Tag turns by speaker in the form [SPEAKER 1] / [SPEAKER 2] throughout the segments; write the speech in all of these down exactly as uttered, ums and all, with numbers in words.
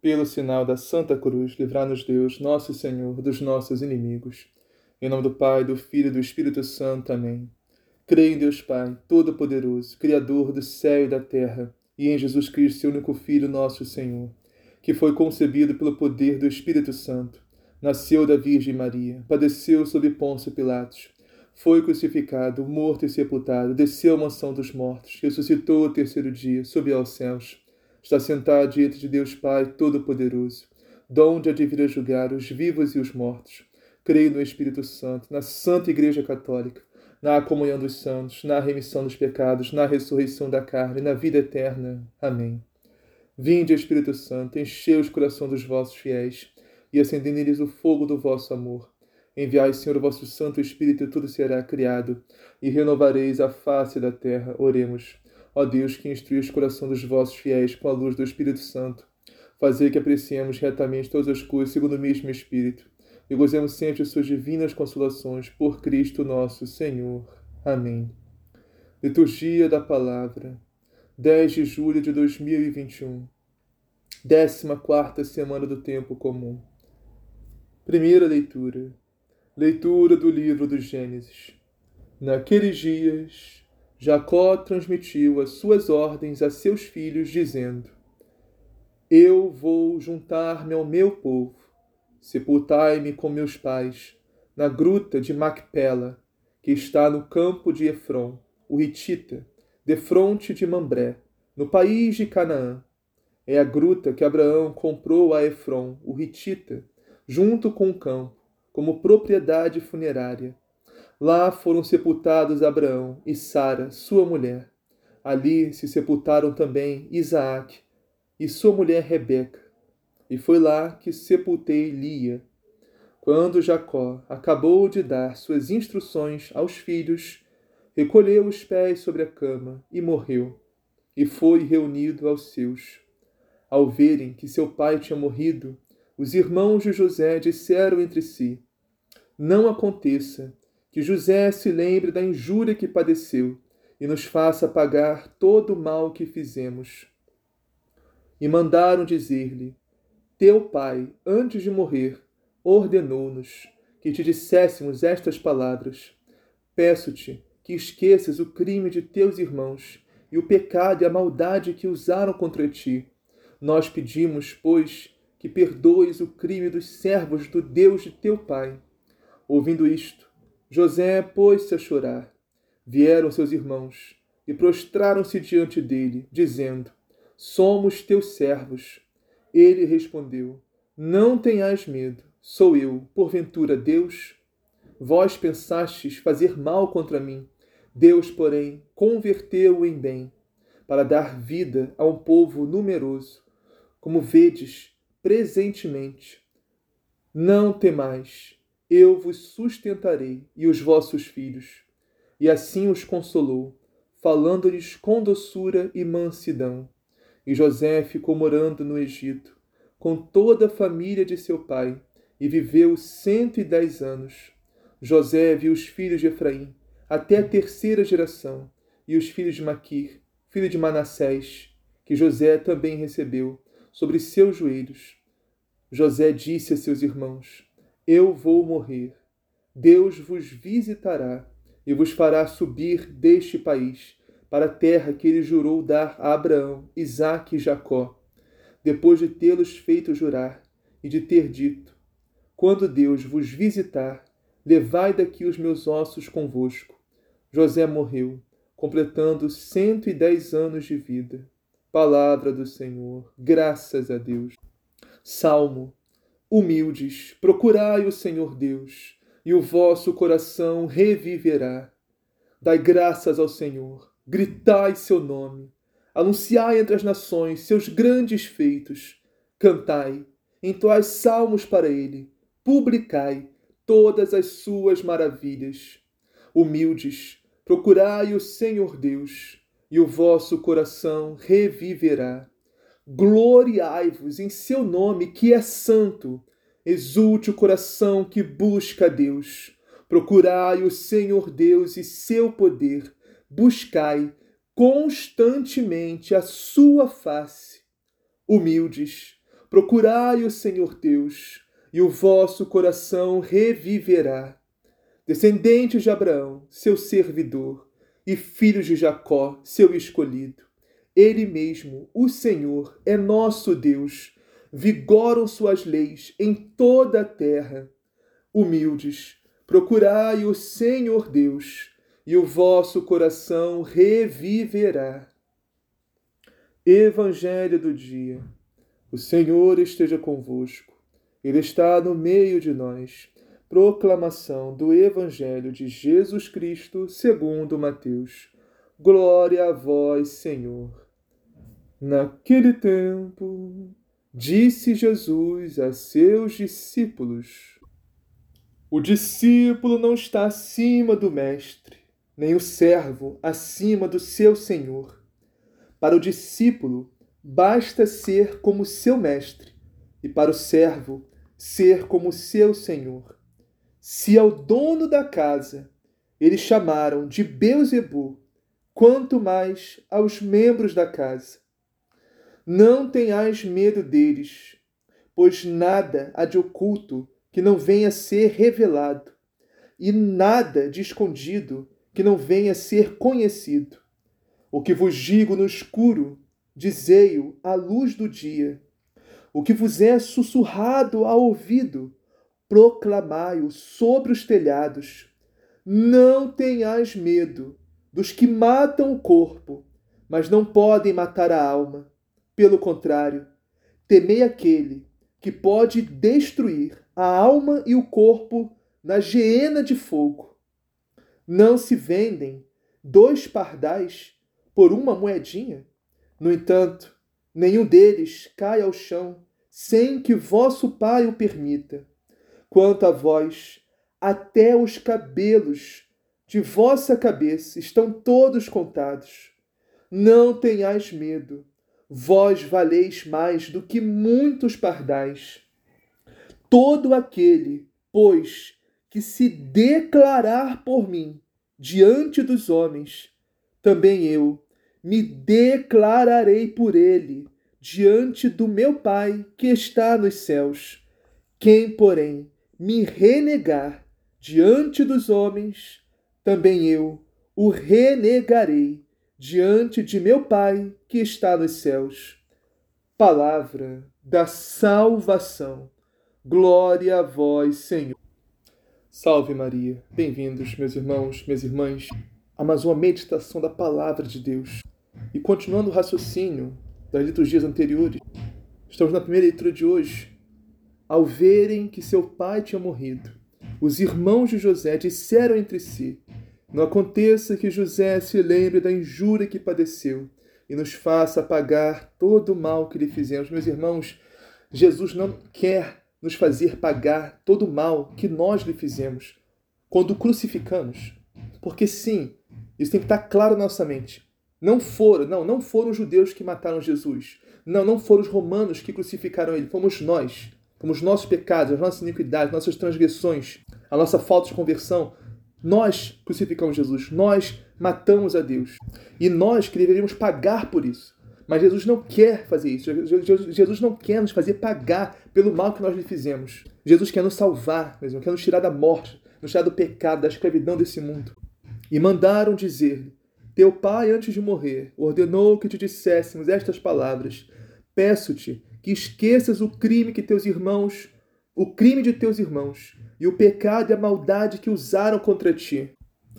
[SPEAKER 1] Pelo sinal da Santa Cruz, livrai-nos Deus, nosso Senhor, dos nossos inimigos. Em nome do Pai, do Filho e do Espírito Santo. Amém. Creio em Deus Pai, Todo-Poderoso, Criador do céu e da terra, e em Jesus Cristo, seu único Filho, nosso Senhor, que foi concebido pelo poder do Espírito Santo, nasceu da Virgem Maria, padeceu sob Pôncio Pilatos, foi crucificado, morto e sepultado, desceu à mansão dos mortos, ressuscitou ao terceiro dia, subiu aos céus, está sentado diante de Deus Pai Todo-Poderoso, donde há de vir a julgar os vivos e os mortos. Creio no Espírito Santo, na Santa Igreja Católica, na comunhão dos santos, na remissão dos pecados, na ressurreição da carne, na vida eterna. Amém. Vinde, Espírito Santo, enchei os corações dos vossos fiéis e acendei neles o fogo do vosso amor. Enviai, Senhor, o vosso Santo Espírito, e tudo será criado, e renovareis a face da terra. Oremos. Ó Deus, que instruís o coração dos vossos fiéis com a luz do Espírito Santo, fazei que apreciemos retamente todas as coisas segundo o mesmo Espírito, e gozemos sempre de suas divinas consolações, por Cristo nosso Senhor. Amém. Liturgia da Palavra, dez de julho de dois mil e vinte e um, décima quarta semana do Tempo Comum. Primeira leitura. Leitura do livro do Gênesis. Naqueles dias, Jacó transmitiu as suas ordens a seus filhos, dizendo: Eu vou juntar-me ao meu povo. Sepultai-me com meus pais, na gruta de Macpela, que está no campo de Efron, o Hitita, defronte de Mambré, no país de Canaã. É a gruta que Abraão comprou a Efron, o Hitita, junto com o campo, como propriedade funerária. Lá foram sepultados Abraão e Sara, sua mulher. Ali se sepultaram também Isaac e sua mulher Rebeca. E foi lá que sepultei Lia. Quando Jacó acabou de dar suas instruções aos filhos, recolheu os pés sobre a cama e morreu, e foi reunido aos seus. Ao verem que seu pai tinha morrido, os irmãos de José disseram entre si: Não aconteça que José se lembre da injúria que padeceu e nos faça pagar todo o mal que fizemos. E mandaram dizer-lhe: Teu pai, antes de morrer, ordenou-nos que te disséssemos estas palavras: Peço-te que esqueças o crime de teus irmãos e o pecado e a maldade que usaram contra ti. Nós pedimos, pois, que perdoes o crime dos servos do Deus de teu pai. Ouvindo isto, José pôs-se a chorar. Vieram seus irmãos e prostraram-se diante dele, dizendo: Somos teus servos. Ele respondeu: Não tenhais medo, sou eu, porventura, Deus? Vós pensastes fazer mal contra mim. Deus, porém, converteu-o em bem, para dar vida a um povo numeroso, como vedes presentemente. Não temais, eu vos sustentarei e os vossos filhos. E assim os consolou, falando-lhes com doçura e mansidão. E José ficou morando no Egito, com toda a família de seu pai, e viveu cento e dez anos. José viu os filhos de Efraim, até a terceira geração, e os filhos de Maquir, filho de Manassés, que José também recebeu, sobre seus joelhos. José disse a seus irmãos: Eu vou morrer. Deus vos visitará e vos fará subir deste país, para a terra que ele jurou dar a Abraão, Isaque e Jacó, depois de tê-los feito jurar e de ter dito: Quando Deus vos visitar, levai daqui os meus ossos convosco. José morreu, completando cento e dez anos de vida. Palavra do Senhor. Graças a Deus. Salmo. Humildes, procurai o Senhor Deus, e o vosso coração reviverá. Dai graças ao Senhor, gritai seu nome, anunciai entre as nações seus grandes feitos, cantai, entoai salmos para ele, publicai todas as suas maravilhas. Humildes, procurai o Senhor Deus, e o vosso coração reviverá. Gloriai-vos em seu nome, que é santo. Exulte o coração que busca a Deus. Procurai o Senhor Deus e seu poder. Buscai constantemente a sua face. Humildes, Procurai o Senhor Deus, e o vosso coração reviverá. Descendentes de Abraão, seu servidor, e filhos de Jacó, seu escolhido. Ele mesmo, o Senhor, é nosso Deus. Vigoram suas leis em toda a terra. Humildes, procurai o Senhor Deus, e o vosso coração reviverá. Evangelho do dia. O Senhor esteja convosco. Ele está no meio de nós. Proclamação do Evangelho de Jesus Cristo segundo Mateus. Glória a vós, Senhor. Naquele tempo, disse Jesus a seus discípulos: o discípulo não está acima do mestre, nem o servo acima do seu senhor. Para o discípulo, basta ser como seu mestre, e para o servo, ser como seu senhor. Se ao dono da casa eles chamaram de Beelzebu, quanto mais aos membros da casa. Não tenhais medo deles, pois nada há de oculto que não venha a ser revelado, e nada de escondido que não venha a ser conhecido. O que vos digo no escuro, dizei-o à luz do dia. O que vos é sussurrado ao ouvido, proclamai-o sobre os telhados. Não tenhais medo dos que matam o corpo, mas não podem matar a alma. Pelo contrário, temei aquele que pode destruir a alma e o corpo na geena de fogo. Não se vendem dois pardais por uma moedinha? No entanto, nenhum deles cai ao chão sem que vosso Pai o permita. Quanto a vós, até os cabelos de vossa cabeça estão todos contados. Não tenhais medo, vós valeis mais do que muitos pardais. Todo aquele, pois, que se declarar por mim diante dos homens, também eu me declararei por ele diante do meu Pai que está nos céus. Quem, porém, me renegar diante dos homens, também eu o renegarei diante de meu Pai que está nos céus. Palavra da salvação. Glória a vós, Senhor. Salve Maria. Bem-vindos, meus irmãos, minhas irmãs, a mais uma meditação da Palavra de Deus. E continuando o raciocínio das liturgias anteriores, estamos na primeira leitura de hoje. Ao verem que seu pai tinha morrido, os irmãos de José disseram entre si: não aconteça que José se lembre da injúria que padeceu e nos faça pagar todo o mal que lhe fizemos. Meus irmãos, Jesus não quer nos fazer pagar todo o mal que nós lhe fizemos quando o crucificamos. Porque sim, isso tem que estar claro na nossa mente. Não foram, não, não foram os judeus que mataram Jesus. Não, não foram os romanos que crucificaram ele. Fomos nós. Fomos os nossos pecados, as nossas iniquidades, nossas transgressões, a nossa falta de conversão. Nós crucificamos Jesus. Nós matamos a Deus. E nós que deveríamos pagar por isso. Mas Jesus não quer fazer isso. Jesus não quer nos fazer pagar pelo mal que nós lhe fizemos. Jesus quer nos salvar, mesmo, quer nos tirar da morte, nos tirar do pecado, da escravidão desse mundo. E mandaram dizer-lhe: teu pai, antes de morrer, ordenou que te disséssemos estas palavras: peço-te que esqueças o crime que teus irmãos, o crime de teus irmãos, e o pecado e a maldade que usaram contra ti.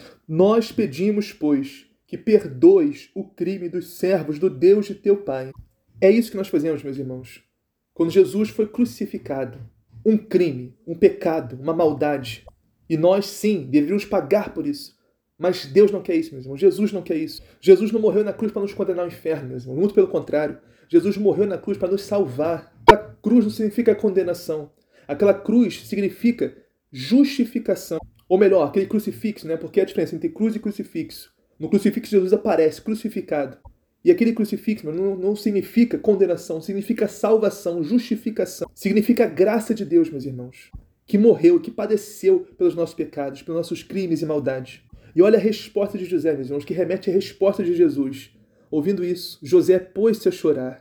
[SPEAKER 1] Nós pedimos, pois, que perdoes o crime dos servos do Deus de teu pai. É isso que nós fazemos, meus irmãos. Quando Jesus foi crucificado, um crime, um pecado, uma maldade. E nós, sim, deveríamos pagar por isso. Mas Deus não quer isso, meus irmãos. Jesus não quer isso. Jesus não morreu na cruz para nos condenar ao inferno, meus irmãos. Muito pelo contrário. Jesus morreu na cruz para nos salvar. A cruz não significa condenação. Aquela cruz significa justificação. Ou melhor, aquele crucifixo, né? Porque é a diferença entre cruz e crucifixo. No crucifixo, Jesus aparece crucificado. E aquele crucifixo não, não significa condenação, significa salvação, justificação. Significa a graça de Deus, meus irmãos, que morreu, que padeceu pelos nossos pecados, pelos nossos crimes e maldades. E olha a resposta de José, meus irmãos, que remete à resposta de Jesus. Ouvindo isso, José pôs-se a chorar.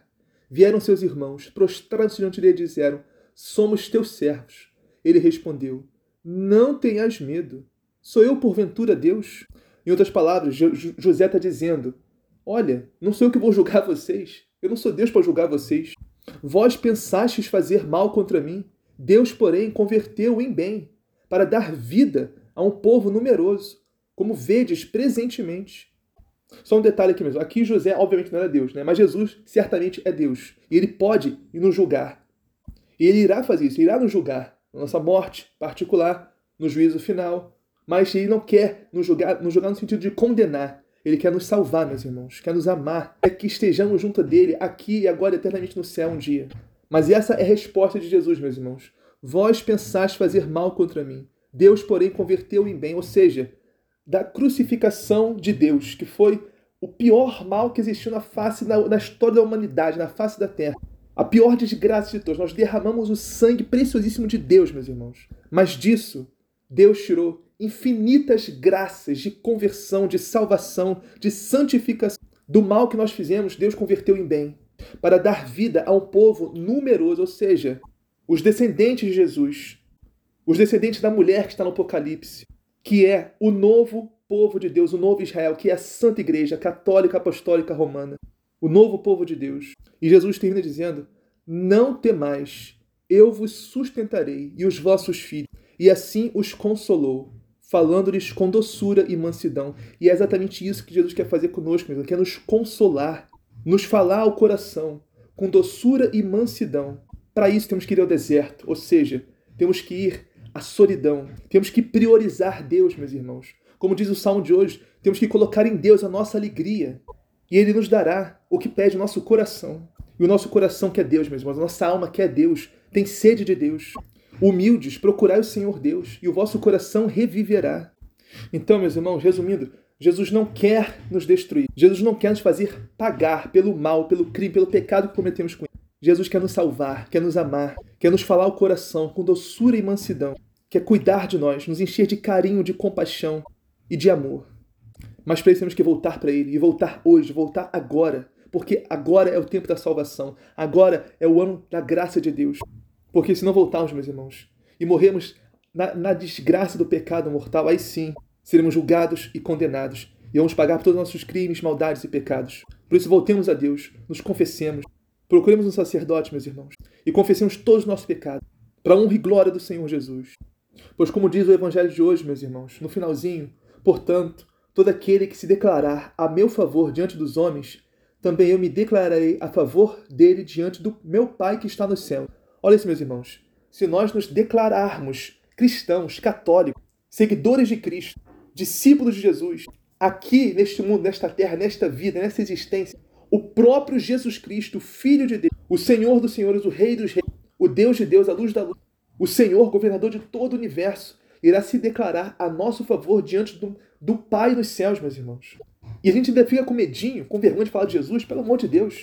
[SPEAKER 1] vieram seus irmãos, prostraram-se diante dele e disseram: somos teus servos. Ele respondeu: não tenhas medo. Sou eu, porventura, Deus? Em outras palavras, José está dizendo: olha, não sou eu que vou julgar vocês. Eu não sou Deus para julgar vocês. Vós pensastes fazer mal contra mim. Deus, porém, converteu em bem, para dar vida a um povo numeroso, como vedes presentemente. Só um detalhe aqui mesmo. Aqui José, obviamente, não era Deus, né? Mas Jesus certamente é Deus. E ele pode nos julgar. E ele irá fazer isso, ele irá nos julgar. Na nossa morte particular, no juízo final. Mas ele não quer nos julgar, nos julgar no sentido de condenar. Ele quer nos salvar, meus irmãos. Quer nos amar. Quer que estejamos junto dele, aqui e agora, eternamente no céu um dia. Mas essa é a resposta de Jesus, meus irmãos. Vós pensaste fazer mal contra mim. Deus, porém, converteu em bem. Ou seja, da crucificação de Deus, que foi o pior mal que existiu na face, na, na história da humanidade, na face da terra. A pior desgraça de todos. Nós derramamos o sangue preciosíssimo de Deus, meus irmãos. Mas disso, Deus tirou infinitas graças de conversão, de salvação, de santificação. Do mal que nós fizemos, Deus converteu em bem, para dar vida a um povo numeroso, ou seja, os descendentes de Jesus, os descendentes da mulher que está no Apocalipse, que é o novo povo de Deus, o novo Israel, que é a Santa Igreja Católica Apostólica Romana, o novo povo de Deus. E Jesus termina dizendo: não temais, eu vos sustentarei e os vossos filhos. E assim os consolou, falando-lhes com doçura e mansidão. E é exatamente isso que Jesus quer fazer conosco, mesmo, quer nos consolar, nos falar ao coração, com doçura e mansidão. Para isso temos que ir ao deserto, ou seja, temos que ir à solidão. Temos que priorizar Deus, meus irmãos. Como diz o Salmo de hoje, temos que colocar em Deus a nossa alegria. E Ele nos dará o que pede o nosso coração. E o nosso coração quer Deus, meus irmãos. A nossa alma quer Deus, tem sede de Deus. Humildes, procurai o Senhor Deus, e o vosso coração reviverá. Então, meus irmãos, resumindo, Jesus não quer nos destruir. Jesus não quer nos fazer pagar pelo mal, pelo crime, pelo pecado que cometemos com Ele. Jesus quer nos salvar, quer nos amar, quer nos falar o coração com doçura e mansidão, quer cuidar de nós, nos encher de carinho, de compaixão e de amor. Mas para isso temos que voltar para Ele, e voltar hoje, voltar agora, porque agora é o tempo da salvação, agora é o ano da graça de Deus. Porque se não voltarmos, meus irmãos, e morrermos na, na desgraça do pecado mortal, aí sim seremos julgados e condenados, e vamos pagar por todos os nossos crimes, maldades e pecados. Por isso voltemos a Deus, nos confessemos, procuremos um sacerdote, meus irmãos, e confessemos todos os nossos pecados, para a honra e glória do Senhor Jesus. Pois como diz o Evangelho de hoje, meus irmãos, no finalzinho, portanto, todo aquele que se declarar a meu favor diante dos homens, também eu me declararei a favor dele diante do meu Pai que está no céu. Olha isso, meus irmãos, se nós nos declararmos cristãos, católicos, seguidores de Cristo, discípulos de Jesus, aqui neste mundo, nesta terra, nesta vida, nessa existência, o próprio Jesus Cristo, Filho de Deus, o Senhor dos Senhores, o Rei dos Reis, o Deus de Deus, a luz da luz, o Senhor, governador de todo o universo, irá se declarar a nosso favor diante do, do Pai dos céus, meus irmãos. E a gente ainda fica com medinho, com vergonha de falar de Jesus, pelo amor de Deus.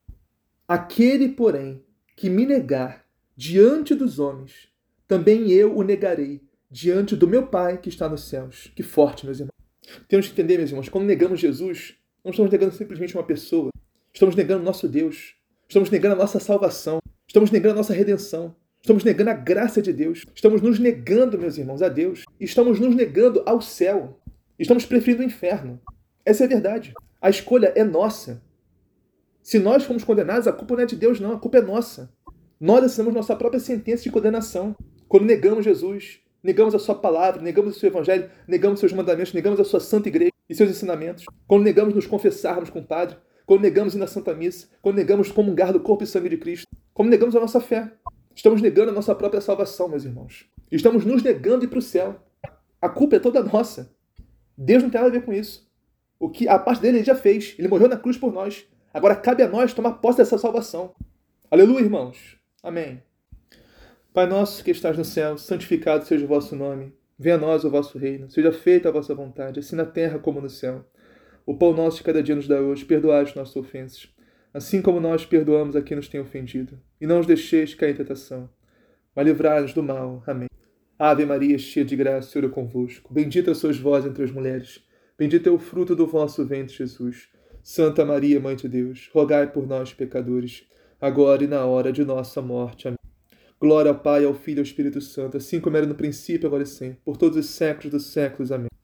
[SPEAKER 1] Aquele, porém, que me negar diante dos homens, também eu o negarei diante do meu Pai que está nos céus. Que forte, meus irmãos. Temos que entender, meus irmãos, quando negamos Jesus, não estamos negando simplesmente uma pessoa. Estamos negando o nosso Deus. Estamos negando a nossa salvação. Estamos negando a nossa redenção. Estamos negando a graça de Deus. Estamos nos negando, meus irmãos, a Deus. Estamos nos negando ao céu. Estamos preferindo o inferno. Essa é a verdade. A escolha é nossa. Se nós fomos condenados, a culpa não é de Deus, não. A culpa é nossa. Nós assinamos nossa própria sentença de condenação. Quando negamos Jesus, negamos a sua palavra, negamos o seu evangelho, negamos seus mandamentos, negamos a sua santa igreja e seus ensinamentos. Quando negamos nos confessarmos com o Padre, quando negamos ir na Santa Missa, quando negamos comungar do corpo e sangue de Cristo, como negamos a nossa fé. Estamos negando a nossa própria salvação, meus irmãos. Estamos nos negando ir para o céu. A culpa é toda nossa. Deus não tem nada a ver com isso. O que a parte dele ele já fez. Ele morreu na cruz por nós. Agora cabe a nós tomar posse dessa salvação. Aleluia, irmãos. Amém. Pai nosso que estás no céu, santificado seja o vosso nome. Venha a nós o vosso reino. Seja feita a vossa vontade, assim na terra como no céu. O pão nosso de cada dia nos dá hoje. Perdoai as nossas ofensas, assim como nós perdoamos a quem nos tem ofendido. E não os deixeis cair em tentação, mas livrai-nos do mal. Amém. Ave Maria, cheia de graça, o Senhor é convosco. Bendita sois vós entre as mulheres. Bendito é o fruto do vosso ventre, Jesus. Santa Maria, Mãe de Deus, rogai por nós, pecadores, agora e na hora de nossa morte. Amém. Glória ao Pai, ao Filho e ao Espírito Santo, assim como era no princípio, agora e sempre, por todos os séculos dos séculos. Amém.